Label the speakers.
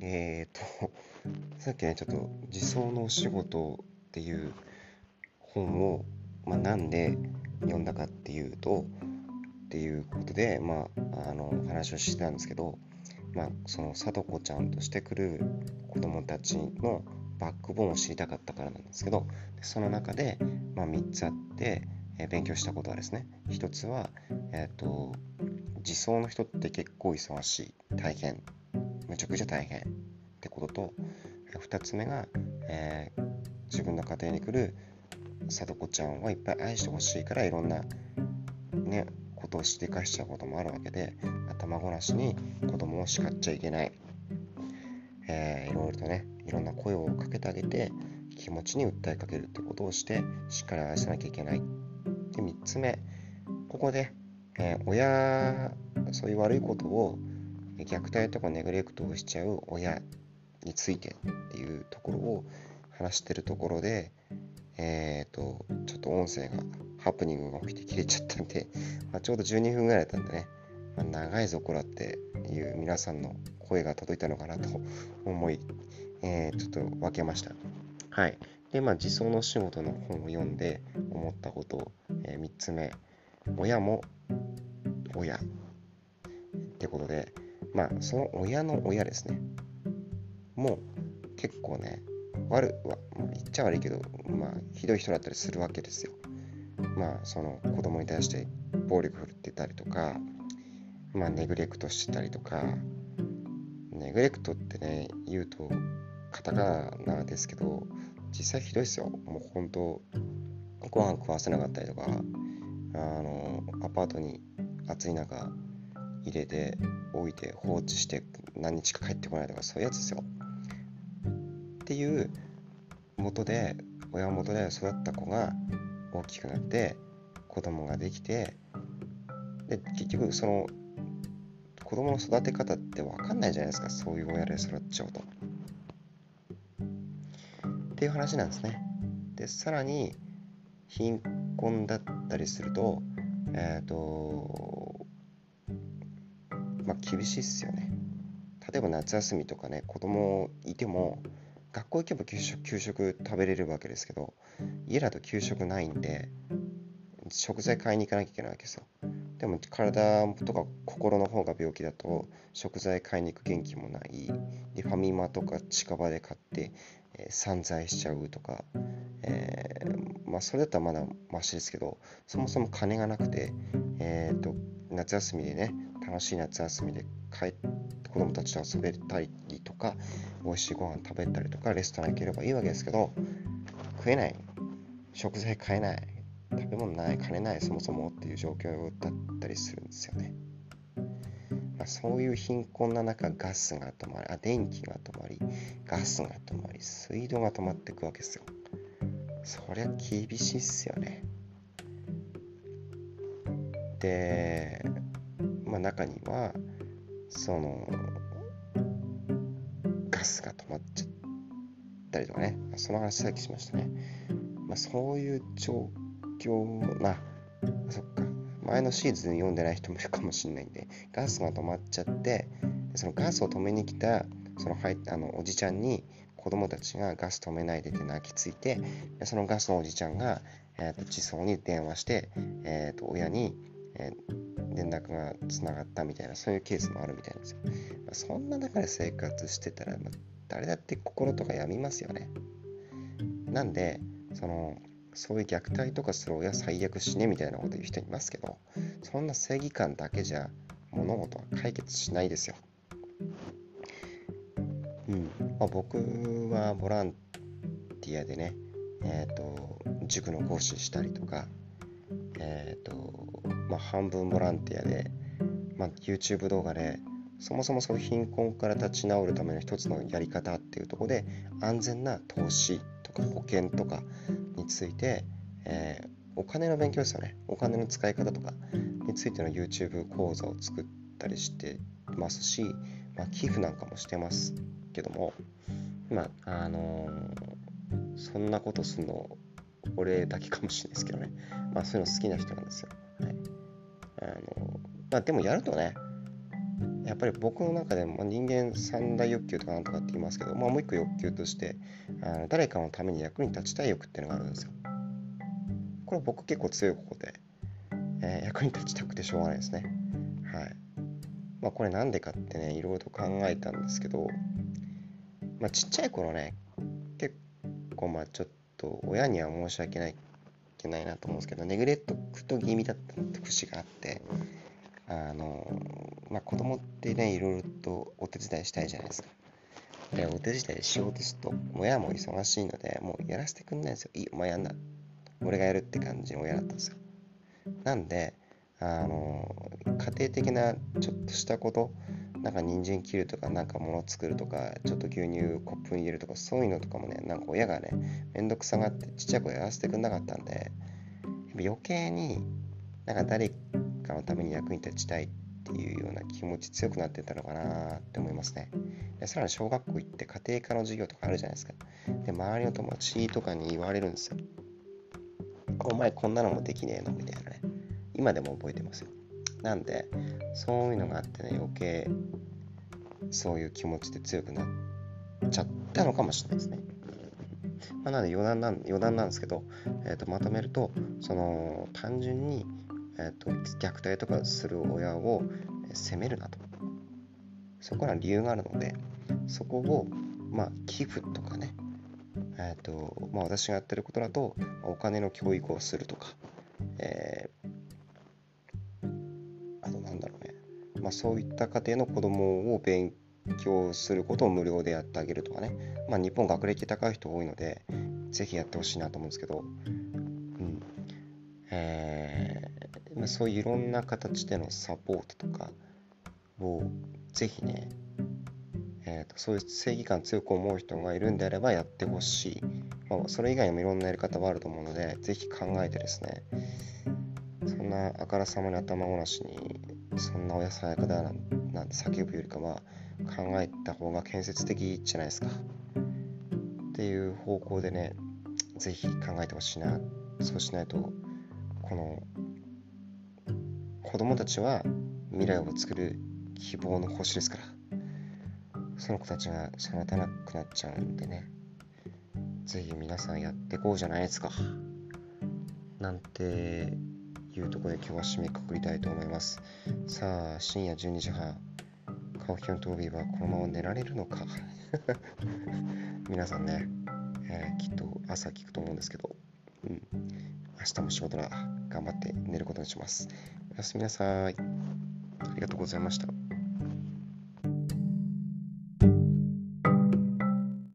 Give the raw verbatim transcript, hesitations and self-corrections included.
Speaker 1: えーと、さっきね、ちょっと自走のお仕事っていう本を、まあ、なんで読んだかっていうと、っていうことで、まあ、あの話をしてたんですけど、まあ、その聡子ちゃんとしてくる子供たちのバックボーンを知りたかったからなんですけど、その中で、まあ、みっつあって、えー勉強したことはですね、ひとつは、えっと、自走の人って結構忙しい、大変、めちゃくちゃ大変ってことと、ふたつめが、えー自分の家庭に来る聡子ちゃんはいっぱい愛してほしいからいろんなねことをしでかしちゃうこともあるわけで、頭ごなしに子供を叱っちゃいけない、えー、いろいろとねいろんな声をかけてあげて気持ちに訴えかけるってことをしてしっかり愛さなきゃいけない。でみっつめ、ここで、えー親、そういう悪いことを虐待とかネグレクトをしちゃう親についてっていうところを話してるところで、えーと、ちょっと音声が、ハプニングが起きて切れちゃったんで、まあ、ちょうどじゅうにふんぐらいだったんでね、まあ、長いぞこらっていう皆さんの声が届いたのかなと思い、えー、ちょっと分けました。はい。で、まあ、自走の仕事の本を読んで思ったこと、えー、みっつめ、親も親ってことで、まあ、その親の親ですね。もう結構ね、悪は、まあ、言っちゃ悪いけど、まあ、ひどい人だったりするわけですよ。まあ、その子供に対して暴力振るってたりとか、まあ、ネグレクトしてたりとか、ネグレクトってね、言うとカタカナですけど、実際ひどいですよ。もう本当、ご飯食わせなかったりとか、あの、アパートに暑い中入れて置いて放置して何日か帰ってこないとか、そういうやつですよ。っていう元で、親元で育った子が大きくなって子供ができて、で結局その子供の育て方って分かんないじゃないですか、そういう親で育っちゃうとっていう話なんですね。でさらに貧困だったりすると、えっ、ー、とまあ厳しいっすよね。例えば夏休みとかね、子供いても学校行けば給食給食食べれるわけですけど、家だと給食ないんで食材買いに行かなきゃいけないわけですよ。でも体とか心の方が病気だと食材買いに行く元気もない。でファミマとか近場で買って、えー散財しちゃうとか、えーまあそれだったらまだマシですけど、そもそも金がなくて、えーと夏休みでね、楽しい夏休みで帰って子供たちと遊べたりとか、美味しいご飯食べたりとかレストラン行ければいいわけですけど、食えない、食材買えない、食べ物ない、金ない、そもそもっていう状況だったりするんですよね。まあ、そういう貧困な中、ガスが止まり、あ、電気が止まり、ガスが止まり、水道が止まっていくわけですよ。そりゃ厳しいっすよね。で、まあ、中には、その、ガスが止まっちゃったりとかね、その話さっきしましたね。まあ、そういう状況な、そっか、前のシーズン読んでない人もいるかもしれないんで、ガスが止まっちゃって、そのガスを止めに来たそのはいあのおじちゃんに子供たちがガス止めないでって泣きついて、そのガスのおじちゃんが、えーと地層に電話して、えーと親に、えー連絡がつながったみたいな、そういうケースもあるみたいなんですよ。まあ、そんな中で生活してたら、まあ、誰だって心とか病みますよね。なんで、そのそういう虐待とかする親最悪死ねみたいなこと言う人いますけど、そんな正義感だけじゃ物事は解決しないですよ。うんまあ、僕はボランティアでね、えーと、塾の講師したりとか、えーとまあ、半分ボランティアで、まあ、YouTube 動画でそもそもそういう貧困から立ち直るための一つのやり方っていうところで、安全な投資とか保険とかについて、えーお金の勉強ですよね。お金の使い方とかについての YouTube 講座を作ったりしてますし、まあ、寄付なんかもしてますけども、まああのーそんなことするの俺だけかもしれないですけどね。まあそういうの好きな人なんですよ。はい。あのーまあでもやるとね、 やっぱり僕の中でも人間三大欲求とかなんとかって言いますけど、まあ、もう一個欲求としてあの誰かのために役に立ちたい欲っていうのがあるんですよ。これ僕結構強い方で、えー役に立ちたくてしょうがないですね。はい。まあこれなんでかってね、いろいろと考えたんですけど、まあちっちゃい頃ね、結構まあちょっと親には申し訳ない、いけないなと思うんですけど、ネグレクト気味だった節があって、あの、まあ子供ってね、いろいろとお手伝いしたいじゃないですか。で、お手伝いしようとすると、親も忙しいので、もうやらせてくんないんですよ。いい、お前やんな。俺がやるって感じの親だったんですよ。なんで、あの、家庭的なちょっとしたこと、なんか人参切るとか、なんか物作るとか、ちょっと牛乳コップに入れるとか、そういうのとかもね、なんか親がね、めんどくさがってちっちゃい子やらせてくんなかったんで、余計になんか誰かのために役に立ちたいっていうような気持ち強くなってたのかなって思いますね。でさらに小学校行って家庭科の授業とかあるじゃないですか。で、周りの友達とかに言われるんですよ。お前こんなのもできねえのみたいなね。今でも覚えてますよ。なんで、そういうのがあってね、余計そういう気持ちで強くなっちゃったのかもしれないですね。まあ、なので余談なん余談なんですけど、えー、とまとめると、その単純に、えー、と虐待とかする親を責めるなと。そこら理由があるので、そこを、まあ、寄付とかね、えーとまあ、私がやってることだと、お金の教育をするとか、えー、あとなんだろうね、まあ、そういった家庭の子供を勉強することを無料でやってあげるとかね、まあ、日本学歴高い人多いので、ぜひやってほしいなと思うんですけど、うんえーまあ、そういういろんな形でのサポートとかをぜひね、えーと、そういう正義感強く思う人がいるんであればやってほしい。まあ、それ以外にもいろんなやり方はあると思うので、ぜひ考えてですね、そんなあからさまに頭ごなしに、そんなお野菜やだなんて叫ぶよりかは、考えた方が建設的じゃないですか。っていう方向でね、ぜひ考えてほしいな。そうしないと、この子供たちは未来を作る希望の星ですから、その子たちが育たなくなっちゃうんでね、ぜひ皆さんやっていこうじゃないですか。なんていうところで今日は締めくくりたいと思います。さあ、深夜じゅうにじはん、カオキョントービーはこのまま寝られるのか皆さんね、えー、きっと朝聞くと思うんですけど、うん、明日も仕事だ。頑張って寝ることにします。おやすみなさい。ありがとうございました。